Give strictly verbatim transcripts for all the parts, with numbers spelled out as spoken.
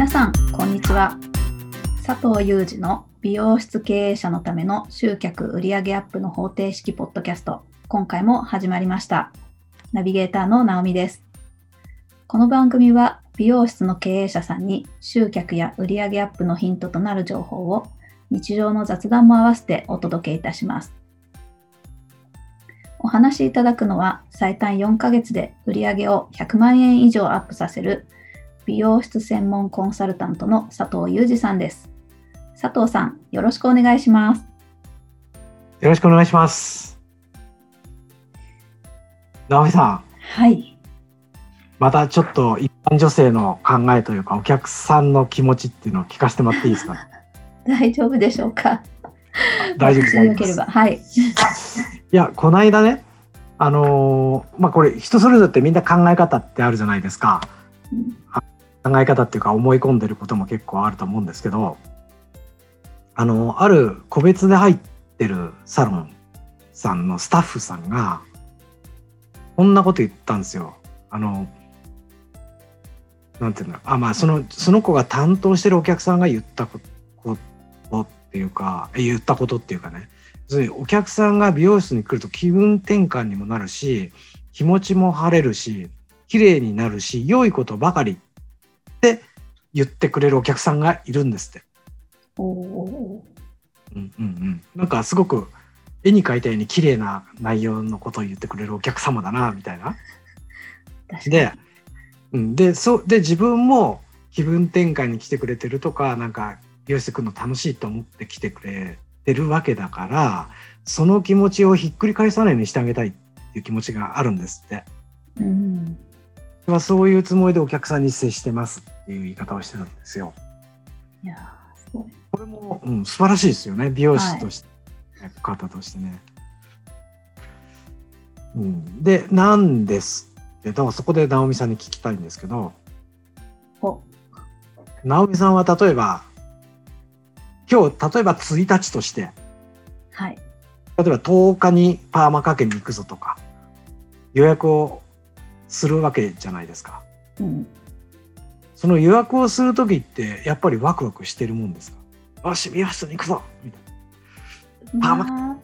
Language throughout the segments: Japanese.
皆さんこんにちは。佐藤祐二の美容室経営者のための集客売上アップの方程式ポッドキャスト、今回も始まりました。ナビゲーターの直美です。この番組は美容室の経営者さんに集客や売上アップのヒントとなる情報を日常の雑談も合わせてお届けいたします。お話しいただくのは最短よんかげつで売上をひゃくまんえん以上アップさせる美容室専門コンサルタントの佐藤祐二さんです。佐藤さん、よろしくお願いします。 よろしくお願いします。直美さん。 はい。 またちょっと一般女性の考えというかお客さんの気持ちっていうのを聞かせてもらっていいですか？ 大丈夫でしょうか？ 大丈夫です。 よければ。はい。 いや、この間ね、あのー、まあこれ人それぞれってみんな考え方ってあるじゃないですか。うん、考え方っていうか思い込んでることも結構あると思うんですけど、あのある個別で入ってるサロンさんのスタッフさんがこんなこと言ったんですよ。あのなんていうんだろう、あ、まあそのその子が担当してるお客さんが言ったことっていうか言ったことっていうかね、お客さんが美容室に来ると気分転換にもなるし、気持ちも晴れるし、綺麗になるし、良いことばかりって言ってくれるお客さんがいるんですって。おー、うんうんうん、なんかすごく絵に描いたように綺麗な内容のことを言ってくれるお客様だなみたいな。で、うん、で、そうで自分も気分転換に来てくれてるとか、なんか美容室来るの楽しいと思って来てくれてるわけだから、その気持ちをひっくり返さないようにしてあげたいっていう気持ちがあるんですって。うん、そういうつもりでお客さんに接してますっていう言い方をしてるんですよ。いやー、すごい。これも、うん、素晴らしいですよね、美容師として、はい、方としてね。うん、で、なんですけど、そこで直美さんに聞きたいんですけど、お直美さんは例えば今日例えばついたちとして、はい、例えばとおかにパーマかけに行くぞとか予約をするわけじゃないですか。うん、その予約をするときってやっぱりワクワクしてるもんですか？よし、美容室に行くぞみたいな。パーマ、まあ、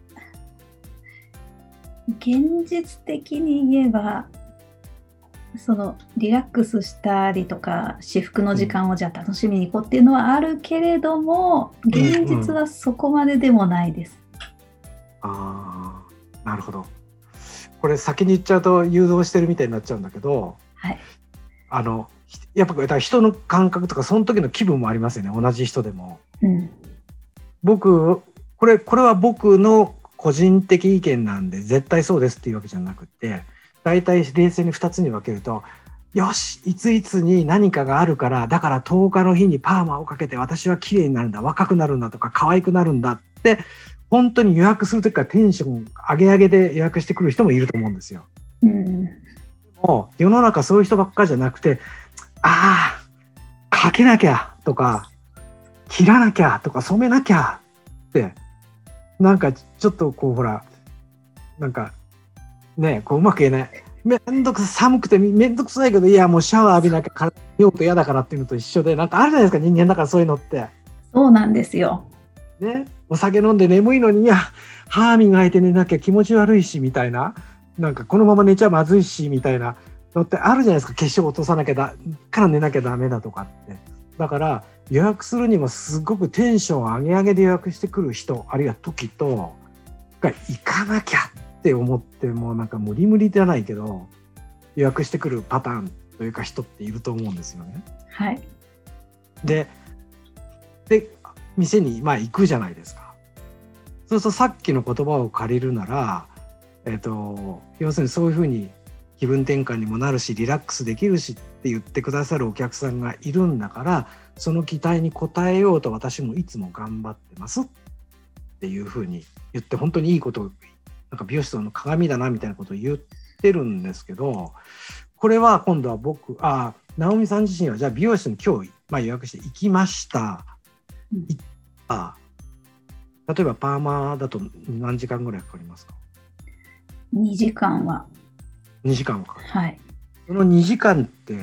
現実的に言えばそのリラックスしたりとか至福の時間をじゃあ楽しみに行こうっていうのはあるけれども、うん、現実はそこまででもないです。 うんうん、ああ、なるほど。これ先に言っちゃうと誘導してるみたいになっちゃうんだけど、はい、あのやっぱ人の感覚とかその時の気分もありますよね、同じ人でも。うん、僕これこれは僕の個人的意見なんで絶対そうですっていうわけじゃなくて、だいたい冷静にふたつに分けると、よし、いついつに何かがあるから、だからとおかの日にパーマをかけて私は綺麗になるんだ、若くなるんだとか可愛くなるんだって本当に予約するときからテンション上げ上げで予約してくる人もいると思うんですよ。うん、もう世の中そういう人ばっかりじゃなくて、ああかけなきゃとか切らなきゃとか染めなきゃってなんかちょっとこうほらなんかね、こううまく言えない、めんどく寒くてめんどくさいけど、いやもうシャワー浴びなきゃ体に用途嫌だからっていうのと一緒で、なんかあるじゃないですか、人間だからそういうのって。 そうなんですよ、 ね、お酒飲んで眠いのに、いや歯磨いて寝なきゃ気持ち悪いしみたいな、なんかこのまま寝ちゃまずいしみたいなのってあるじゃないですか。化粧落とさなきゃだから寝なきゃダメだとかって。だから予約するにもすごくテンション上げ上げで予約してくる人、あるいは時とが行かなきゃって思ってもなんか無理無理じゃないけど予約してくるパターンというか人っていると思うんですよね。はい。で、で店にまあ行くじゃないですか。そうするとさっきの言葉を借りるなら、えっと要するにそういうふうに気分転換にもなるしリラックスできるしって言ってくださるお客さんがいるんだから、その期待に応えようと私もいつも頑張ってますっていうふうに言って、本当にいいことをなんか美容室の鏡だなみたいなことを言ってるんですけど、これは今度は僕、あ、直美さん自身はじゃあ美容室に今日、まあ、予約して行きました、うん、あ、例えばパーマだと何時間ぐらいかかりますか？ にじかんは。 にじかんはかかる。 はい。 そのにじかんって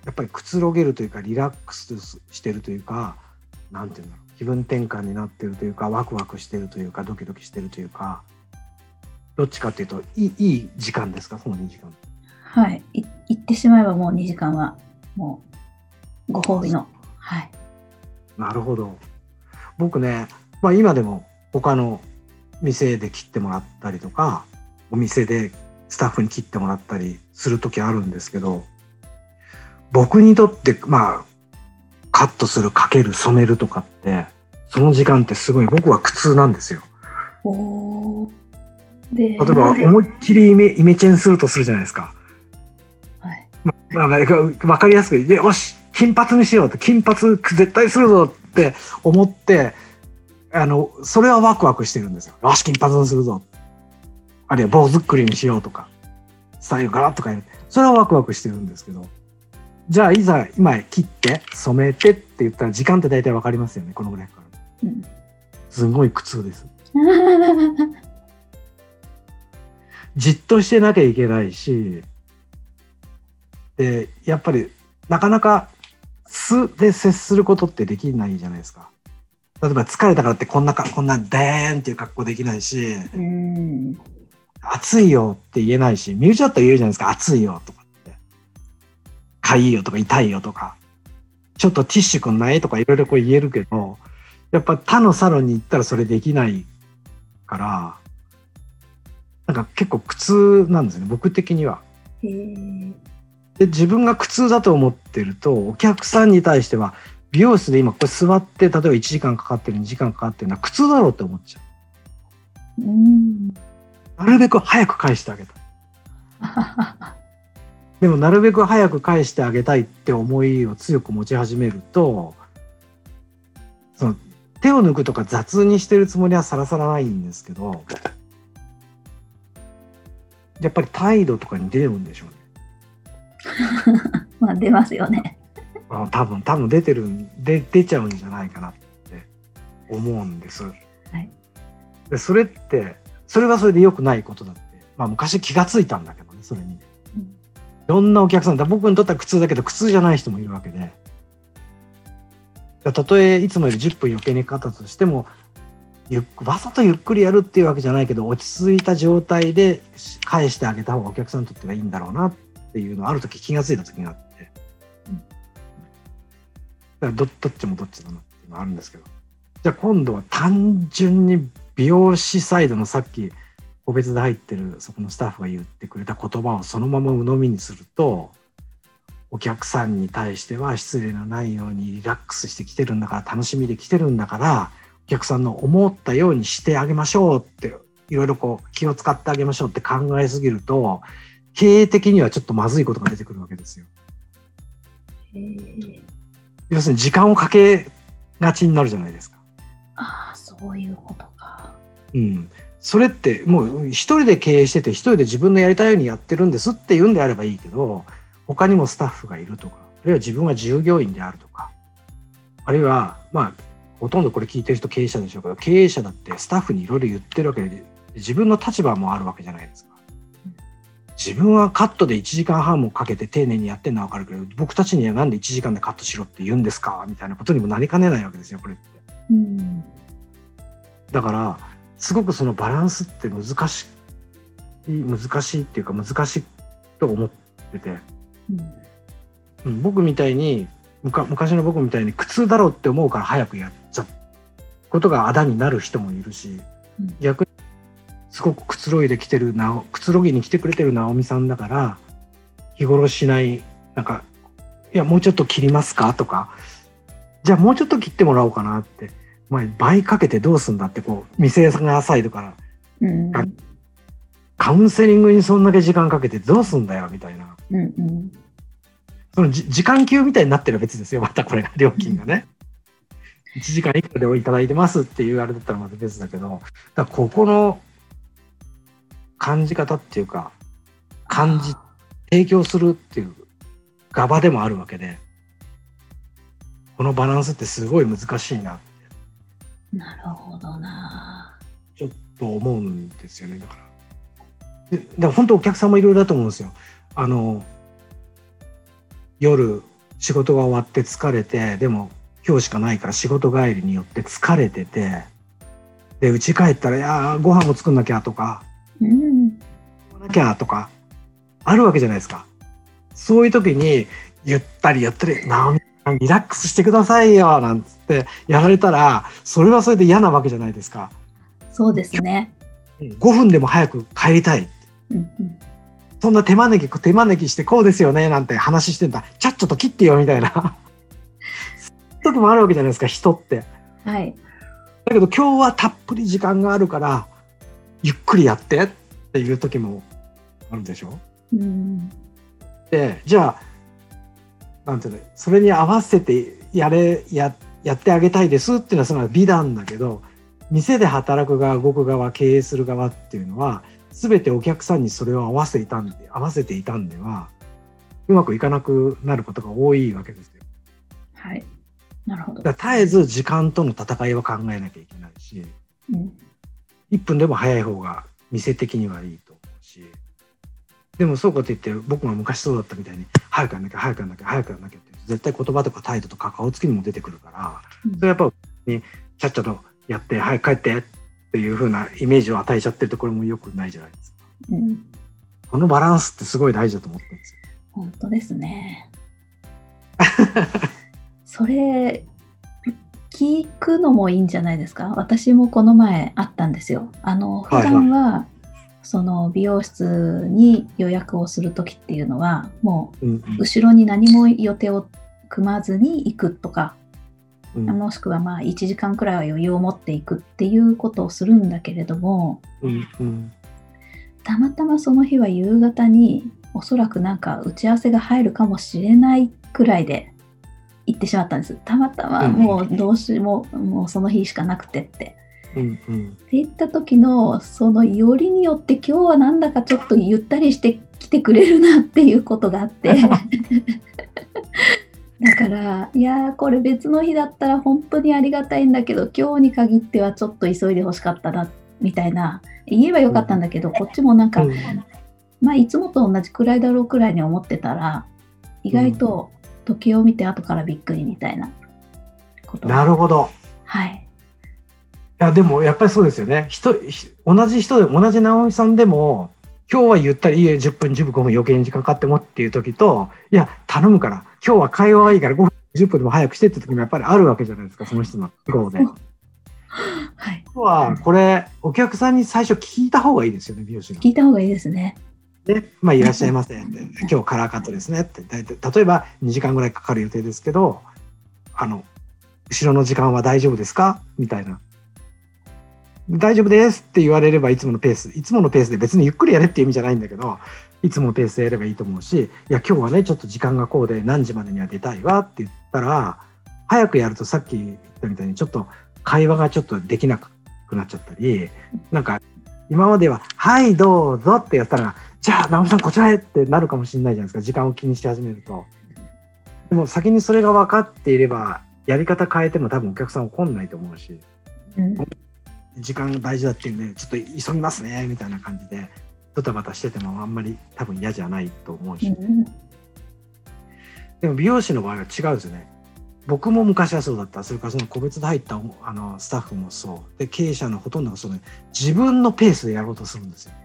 やっぱりくつろげるというかリラックスしてるというか、なんていうんだろう、気分転換になってるというか、ワクワクしてるというか、ドキドキしてるというか、どっちかっていうといい、いい時間ですか、そのにじかん。 はい、い言ってしまえばもうにじかんはもうご褒美の。はい。 なるほど。僕ね、まあ、今でも他の店で切ってもらったりとか、お店でスタッフに切ってもらったりする時あるんですけど、僕にとってまあカットする、かける、染めるとかってその時間ってすごい僕は苦痛なんですよ。 おで例えば思いっきりイメ、イメチェンするとするじゃないですか。 はい。 まあ、分かりやすくで、よし金髪にしようって、金髪絶対するぞって思って、あのそれはワクワクしてるんですよ。よし金髪にするぞ、あるいは坊主っくりにしようとか、スタイルガラッと変える、それはワクワクしてるんですけど、じゃあいざ今切って染めてって言ったら時間って大体分かりますよね、このぐらいから、うん、すごい苦痛ですじっとしてなきゃいけないし、でやっぱりなかなか素で接することってできないじゃないですか。例えば疲れたからってこんなかこんなデーンっていう格好できないし、うん、暑いよって言えないし、身内だったら言えるじゃないですか、暑いよとかって、かゆいよとか痛いよとか、ちょっとティッシュくんないとかいろいろこう言えるけど、やっぱ他のサロンに行ったらそれできないから、なんか結構苦痛なんですよね、僕的には。へー。で自分が苦痛だと思ってると、お客さんに対しては美容室で今これ座って例えばいちじかんかかってる、にじかんかかってるのは苦痛だろうって思っちゃう。うん、なるべく早く返してあげたいでもなるべく早く返してあげたいって思いを強く持ち始めると、その手を抜くとか雑にしてるつもりはさらさらないんですけど、やっぱり態度とかに出るんでしょうねまあ出ますよね多分多分出てるんで出ちゃうんじゃないかなって思うんです、はい、でそれってそれはそれで良くないことだって、まあ、昔気がついたんだけどね、それに、うん、いろんなお客さんだ、僕にとっては苦痛だけど苦痛じゃない人もいるわけで、たとえいつもよりじゅっぷん余計にかかったとしても、ゆっわざとゆっくりやるっていうわけじゃないけど、落ち着いた状態で返してあげた方がお客さんにとってはいいんだろうなっていうのをある時気がついた時があって、うん、だから ど, どっちもどっちだなっていうのがあるんですけど、じゃあ今度は単純に美容師サイドのさっき個別で入ってるそこのスタッフが言ってくれた言葉をそのまま鵜呑みにすると、お客さんに対しては失礼のないようにリラックスして来てるんだから、楽しみで来てるんだから、お客さんの思ったようにしてあげましょうって、いろいろこう気を使ってあげましょうって考えすぎると、経営的にはちょっとまずいことが出てくるわけですよ。へー。要するに時間をかけがちになるじゃないですか。 ああ、そういうことか。 うん。それってもう一人で経営してて一人で自分のやりたいようにやってるんですって言うんであればいいけど、他にもスタッフがいるとか、あるいは自分は従業員であるとか、あるいはまあほとんどこれ聞いてる人経営者でしょうけど、経営者だってスタッフにいろいろ言ってるわけで、自分の立場もあるわけじゃないですか。自分はカットでいちじかんはんもかけて丁寧にやってるのは分かるけど、僕たちにはなんでいちじかんでカットしろって言うんですかみたいなことにもなりかねないわけですよ、これって。うん、だからすごくそのバランスって難しい難しいっていうか難しいと思ってて、うん、僕みたいに昔の僕みたいに苦痛だろうって思うから早くやっちゃうことがあだになる人もいるし、うん、逆にすごくくつろいで来てるなおくつろぎに来てくれてる直美さんだから、日頃しないなんかいやもうちょっと切りますかとか、じゃあもうちょっと切ってもらおうかなって、まあ、倍かけてどうすんだってこう店側サイドから、うん、カウンセリングにそんだけ時間かけてどうすんだよみたいな、うんうん、その時間給みたいになってる別ですよ、またこれが料金がね、うん、いちじかんいくらでいただいてますっていうあれだったらまた別だけど、だからここの感じ方っていうか感じ提供するっていう側でもあるわけで、このバランスってすごい難しいなって。 なるほどな。 ちょっと思うんですよね。だからでだから本当お客さんもいろいろだと思うんですよ。あの夜仕事が終わって疲れて、でも今日しかないから仕事帰りによって疲れてて、で家帰ったらいやご飯も作んなきゃとか、 うん、 なきゃとかあるわけじゃないですか。そういう時にゆったりやったり、なんリラックスしてくださいよなんつってやられたら、それはそれで嫌なわけじゃないですか。 そうですね。 ごふんでも早く帰りたい、 うんうん、 そんな手招き手招きしてこうですよねなんて話してんだ、ちゃっちゃと切ってよみたいな時もあるわけじゃないですか、人って。 はい。 だけど今日はたっぷり時間があるからゆっくりやってっていう時もあるでしょ。 うん、 でじゃあなんていうの、それに合わせてやれ や, やってあげたいですっていうのはその美談だけど、店で働く側動く側経営する側っていうのは全てお客さんにそれを合わせていたんで合わせていたんではうまくいかなくなることが多いわけですよ。 はい。なるほど。 だから絶えず時間との戦いは考えなきゃいけないし、うん、いっぷんでも早い方が店的にはいいと思うし、でもそうかといって僕が昔そうだったみたいに早くやんなきゃ早くやんなきゃ早くやんなきゃって絶対言葉とか態度とか顔つきにも出てくるから、うん、それやっぱりちゃっちゃとやって早く帰ってっていう風なイメージを与えちゃってるところもよくないじゃないですか、うん、このバランスってすごい大事だと思ってるんですよ。 本当ですねそれ聞くのもいいんじゃないですか。私もこの前あったんですよ。あの普段は、はいはい、その美容室に予約をする時っていうのはもう後ろに何も予定を組まずに行くとか、うん、もしくはまあいちじかんくらいは余裕を持っていくっていうことをするんだけれども、うんうん、たまたまその日は夕方におそらくなんか打ち合わせが入るかもしれないくらいで行ってしまったんです。たまたまもうどうしも、うん、もうその日しかなくてって、うんうん、って言った時のそのよりによって今日はなんだかちょっとゆったりしてきてくれるなっていうことがあってだからいやこれ別の日だったら本当にありがたいんだけど今日に限ってはちょっと急いでほしかったなみたいな、言えばよかったんだけど、うん、こっちもなんか、うん、まあいつもと同じくらいだろうくらいに思ってたら意外と時計を見て後からびっくりみたいなこと。 なるほど。 はい。 いやでもやっぱりそうですよね。人同じ人で同じ直美さんでも今日はゆったりいいじゅっぷんじゅうごふん余計に時間かかってもっていう時と、いや頼むから今日は会話はいいからごふんじゅっぷんでも早くしてって時もやっぱりあるわけじゃないですか、その人の都合で。はい。今日はこれお客さんに最初聞いた方がいいですよね、美容師が。 聞いた方がいいですね。 で、まあ、いらっしゃいませって今日カラーカットですねって大体例えばにじかんぐらいかかる予定ですけど、あの後ろの時間は大丈夫ですかみたいな。大丈夫ですって言われればいつものペースいつものペースで別にゆっくりやれっていう意味じゃないんだけど、いつものペースでやればいいと思うし、いや今日はねちょっと時間がこうで何時までには出たいわって言ったら、早くやるとさっき言ったみたいにちょっと会話がちょっとできなくなっちゃったり、なんか今までははいどうぞってやったらじゃあ直美さんこちらへってなるかもしれないじゃないですか、時間を気にし始めると。でも先にそれが分かっていればやり方変えても多分お客さん怒んないと思うし、うん、時間が大事だっていうんでちょっと急ぎますねみたいな感じでドタバタしててもあんまり多分嫌じゃないと思うし、うん、でも美容師の場合は違うんですよね。僕も昔はそうだった。それからその個別で入ったあのスタッフもそうで、経営者のほとんどがそうで自分のペースでやろうとするんですよ。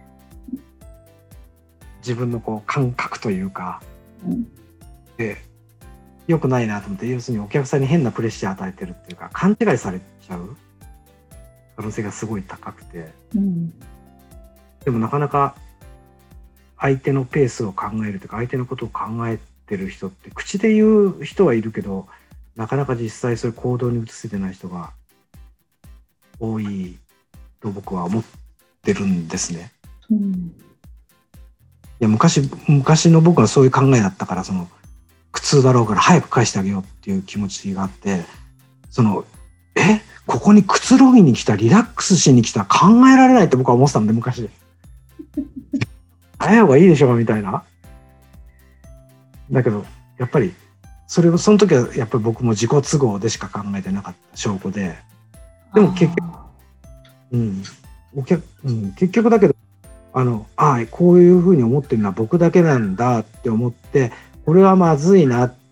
自分のこう感覚というか、うん、で良くないなと思って、要するにお客さんに変なプレッシャー与えてるっていうか勘違いされちゃう可能性がすごい高くて、うん、でもなかなか相手のペースを考えるというか相手のことを考えてる人って口で言う人はいるけどなかなか実際そういう行動に移せてない人が多いと僕は思ってるんですね、うん、いや 昔, 昔の僕はそういう考えだったから、その苦痛だろうから早く返してあげようっていう気持ちがあって、そのえここにくつろぎに来たリラックスしに来た考えられないって僕は思ってたんで昔早い方がいいでしょみたいな。だけどやっぱりそれをその時はやっぱり僕も自己都合でしか考えてなかった証拠で、でも結局、うんお客うん、結局だけどあのあこういうふうに思ってるのは僕だけなんだって思って、これはまずいなっ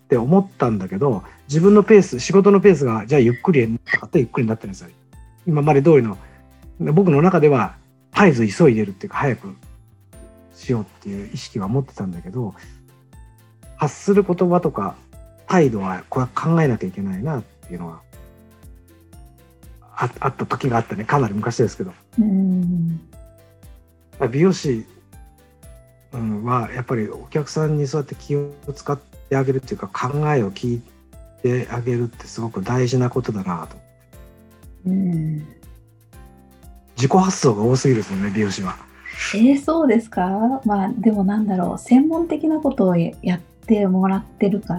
って思ったんだけど、自分のペース、仕事のペースがじゃあゆっくりになったかってゆっくりになってるんですよ。今まで通りの、僕の中では絶えず急いでるっていうか早くしようっていう意識は持ってたんだけど、発する言葉とか態度はこれ考えなきゃいけないなっていうのは あ, あった時があったね。かなり昔ですけど。 うん美容師、うん、はやっぱりお客さんにそうやって気を使ってあげるっていうか考えを聞いてあげるってすごく大事なことだなと。 うん自己発想が多すぎるですよね、美容師は。 えー、そうですか。まあでもなんだろう、専門的なことをやってもらってるから、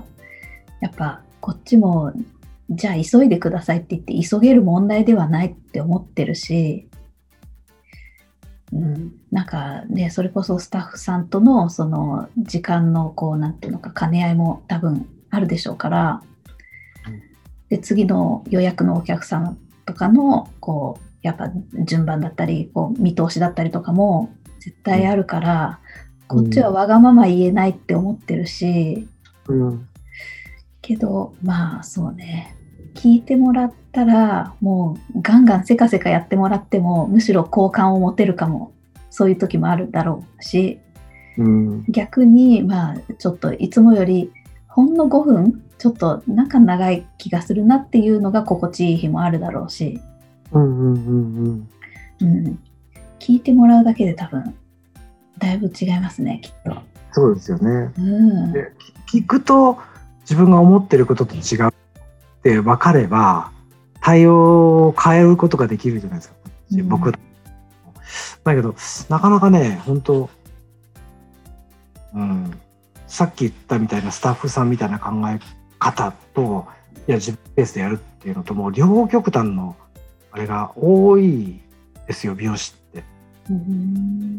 やっぱこっちもじゃあ急いでくださいって言って急げる問題ではないって思ってるし、うん、なんかね、それこそスタッフさんとのその時間のこうなんていうのか兼ね合いも多分あるでしょうから、で次の予約のお客さんとかのこうやっぱ順番だったりこう見通しだったりとかも絶対あるから、うん、こっちはわがまま言えないって思ってるし、うん、けどまあそうね、聞いてもらったらもうガンガンせかせかやってもらってもむしろ好感を持てるかも、そういう時もあるだろうし、うん、逆にまあちょっといつもよりほんのごふんちょっとなんか長い気がするなっていうのが心地いい日もあるだろうし、うんうんうんうん、うん、聞いてもらうだけで多分だいぶ違いますね、きっと。 そうですよね、うん、で聞くと自分が思ってることと違うって分かれば対応を変えることができるじゃないですか、うん、僕だけどなかなかね本当、うん、さっき言ったみたいなスタッフさんみたいな考え方といや自分ペースでやるっていうのともう両極端のあれが多いですよ、美容師って。うん、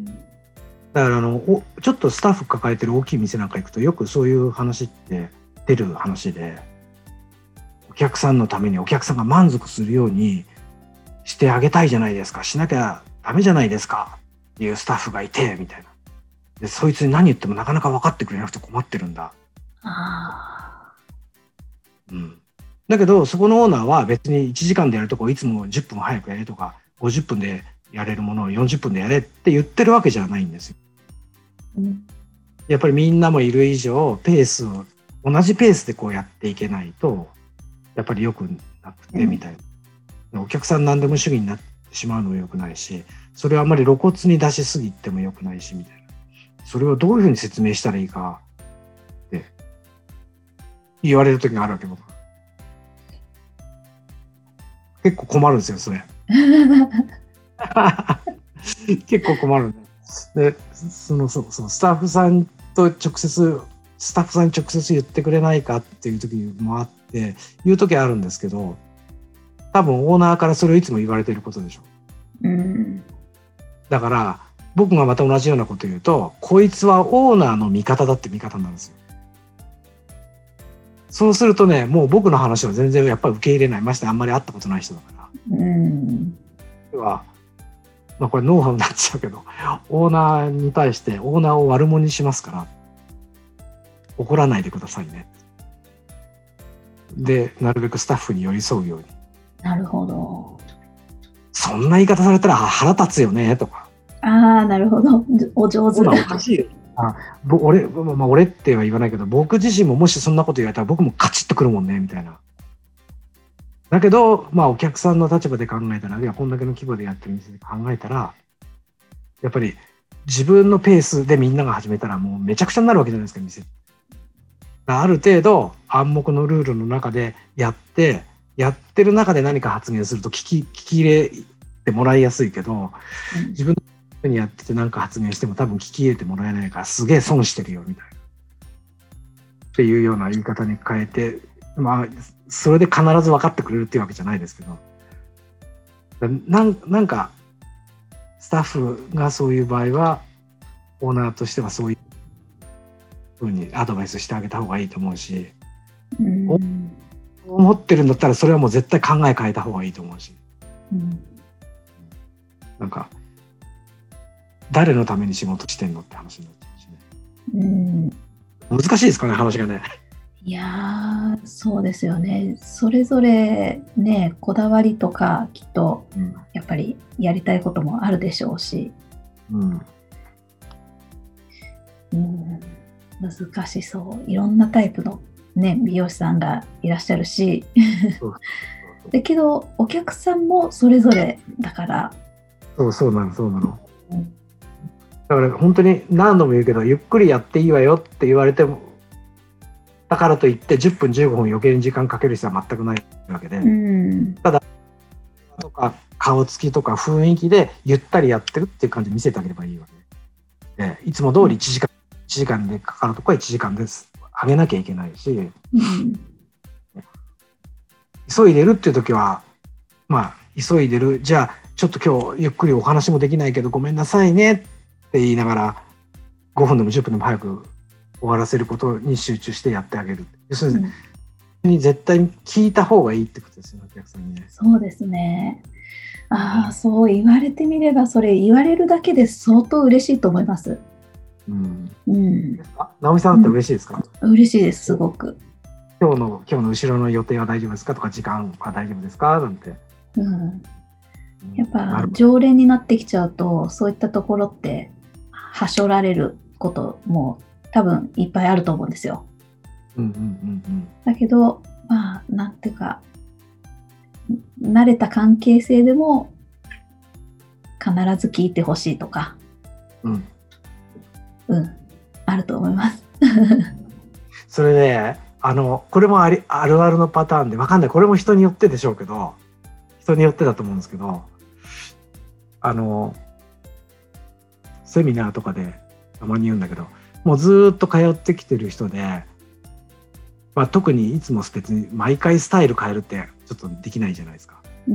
だからあのおちょっとスタッフ抱えてる大きい店なんか行くとよくそういう話って出る話で、お客さんのためにお客さんが満足するようにしてあげたいじゃないですか、しなきゃダメじゃないですかっていうスタッフがいてみたいな。でそいつに何言ってもなかなか分かってくれなくて困ってるんだ。あ、うん、だけどそこのオーナーは別にいちじかんでやるとこいつもじゅっぷん早くやれとかごじゅっぷんでやれるものをよんじゅっぷんでやれって言ってるわけじゃないんですよ、うん、やっぱりみんなもいる以上ペースを同じペースでこうやっていけないとやっぱり良くなくてみたいな、うん、お客さん何でも主義になってしまうのも良くないし、それをあんまり露骨に出しすぎても良くないしみたいな、それをどういうふうに説明したらいいかって言われる時があるわけ。僕結構困るんですよそれ結構困るんで、でそのそうそうスタッフさんと直接スタッフさんに直接言ってくれないかっていう時もあって言う時あるんですけど、多分オーナーからそれをいつも言われていることでしょう、うん、だから僕がまた同じようなこと言うと、こいつはオーナーの味方だって味方なんですよ。そうするとね、もう僕の話は全然やっぱり受け入れない。ましてあんまり会ったことない人だから。うん。では、まあこれノウハウになっちゃうけど、オーナーに対してオーナーを悪者にしますから、怒らないでくださいね。で、なるべくスタッフに寄り添うように。なるほど。そんな言い方されたら腹立つよねとか。ああ、なるほど。お上手だ。おかしいよ。あ俺、まあ、俺っては言わないけど、僕自身ももしそんなこと言われたら僕もカチッとくるもんねみたいな。だけど、まあ、お客さんの立場で考えたら、いやこんだけの規模でやってる店で考えたら、やっぱり自分のペースでみんなが始めたらもうめちゃくちゃになるわけじゃないですか、店。ある程度暗黙のルールの中でやってやってる中で何か発言すると聞き聞き入れてもらいやすいけど、うん、自分にやってて何か発言しても多分聞き入れてもらえないからすげえ損してるよみたいなっていうような言い方に変えて、まあそれで必ず分かってくれるっていうわけじゃないですけど、なんなんかスタッフがそういう場合はオーナーとしてはそういうふうにアドバイスしてあげた方がいいと思うし、うん、思ってるんだったらそれはもう絶対考え変えた方がいいと思うし、うん、なんか誰のために仕事してんのって話になっちゃうしね、うん、難しいですかね話がね。 いやー、そうですよね。それぞれね、こだわりとかきっとうんやっぱりやりたいこともあるでしょうし、 うんうん、難しそう。いろんなタイプの、ね、美容師さんがいらっしゃるし、 そうだけどお客さんもそれぞれだから、 そうそうなのそうなの。 うんだから本当に何度も言うけど、ゆっくりやっていいわよって言われても、だからといってじゅっぷんじゅうごふん余計に時間かける必要は全くないわけで、 うん、 とか顔つきとか雰囲気でゆったりやってるっていう感じで見せてあげればいいわけで、いつも通りいちじかん、いちじかんでかかるとこはいちじかんです上げなきゃいけないし、 うん、 急いでるっていう時はまあ急いでる、じゃあちょっと今日ゆっくりお話もできないけどごめんなさいねって言いながらごふんでもじゅっぷんでも早く終わらせることに集中してやってあげる。要するに、うん、絶対に聞いた方がいいってことですよね、お客さんにね。 そうですね。ああ、そう言われてみれば、それ言われるだけで相当嬉しいと思います。 うんうん、 直美さんだって嬉しいですか？ うん、嬉しいです、すごく。 今日の今日の後ろの予定は大丈夫ですかとか、時間は大丈夫ですかなんて。 うん、やっぱ常連になってきちゃうと、そういったところってはしょられることも多分いっぱいあると思うんですよ。 うんうんうんうん、 だけど、まあなんていうか、慣れた関係性でも必ず聞いてほしいとか、 うん、 うん、あると思います。 それで、あのこれもありあるあるのパターンで、わかんない、これも人によってでしょうけど、人によってだと思うんですけど、あのセミナーとかでたまに言うんだけど、もうずっと通ってきてる人で、まあ、特にいつも別に毎回スタイル変えるってちょっとできないじゃないですか。 うん、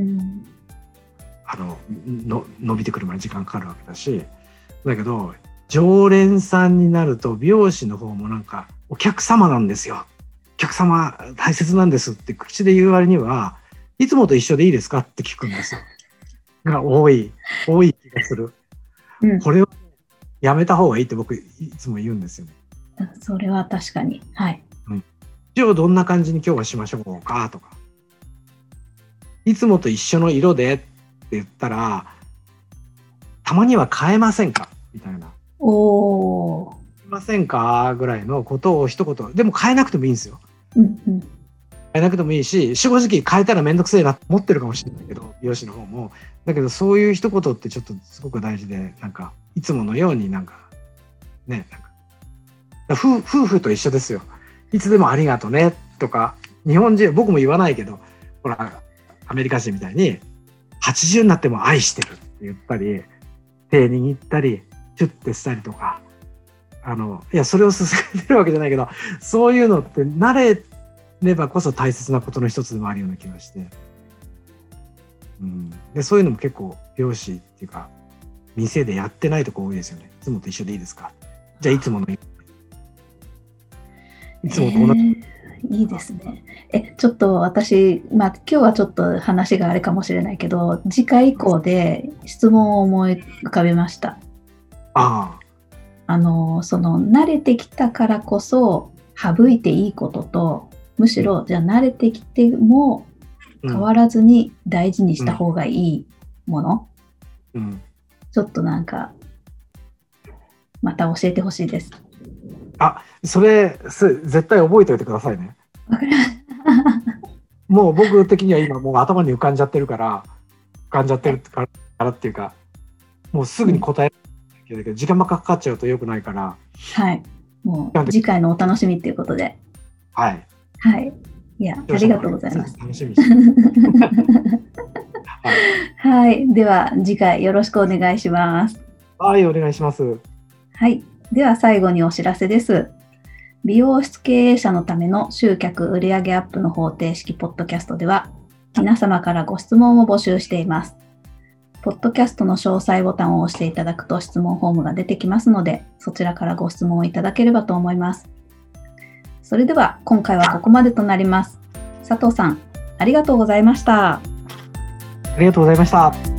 あのの伸びてくるまで時間かかるわけだし、だけど常連さんになると美容師の方もなんかお客様なんですよ、お客様大切なんですって口で言う割には、いつもと一緒でいいですかって聞くんですよが多い多い気がする、うん、これをやめた方がいいって僕いつも言うんですよね。 それは確かに、はい、 うん、今日どんな感じに今日はしましょうかとか、いつもと一緒の色でって言ったら、たまには変えませんかみたいな、 おー、 変えませんかぐらいのことを一言でも変えなくてもいいんですよ、 うんうん、 変えなくてもいいし、正直変えたらめんどくせえなって思ってるかもしれないけど、美容師の方もだけど、そういう一言ってちょっとすごく大事で、なんかいつものようになんかね、なんか夫, 夫婦と一緒ですよ。いつでもありがとねとか、日本人僕も言わないけど、ほらアメリカ人みたいにはちじゅうになっても愛してるって言ったり、手握ったりチュッてしたりとか、あのいやそれを勧めてるわけじゃないけど、そういうのって慣れればこそ大切なことの一つでもあるような気がして、うん、でそういうのも結構美容師っていうか店でやってないとこ多いですよね。いつもと一緒でいいですか、じゃあいつものいつもと同じ、えー、いいですね。えちょっと私、まあ、今日はちょっと話があれかもしれないけど、次回以降で質問を思い浮かべました。 ああのその慣れてきたからこそ省いていいことと、むしろじゃあ慣れてきても変わらずに大事にした方がいいもの、うんうん、ちょっとなんかまた教えてほしいです。 あ、それ絶対覚えておいてくださいね。 わかりましたもう僕的には今もう頭に浮かんじゃってるから浮かんじゃってるからっていうか、もうすぐに答えるけど、うん、時間ばっかかかっちゃうと良くないから、 はい、もう次回のお楽しみっていうことで、 はいはい、いやありがとうございます。 楽しみにしてはい、はい、では次回よろしくお願いします。 はい、お願いします。 はい、では最後にお知らせです。美容室経営者のための集客売上アップの方程式ポッドキャストでは、皆様からご質問を募集しています。ポッドキャストの詳細ボタンを押していただくと質問フォームが出てきますので、そちらからご質問をいただければと思います。それでは今回はここまでとなります。佐藤さん、ありがとうございました。 ありがとうございました。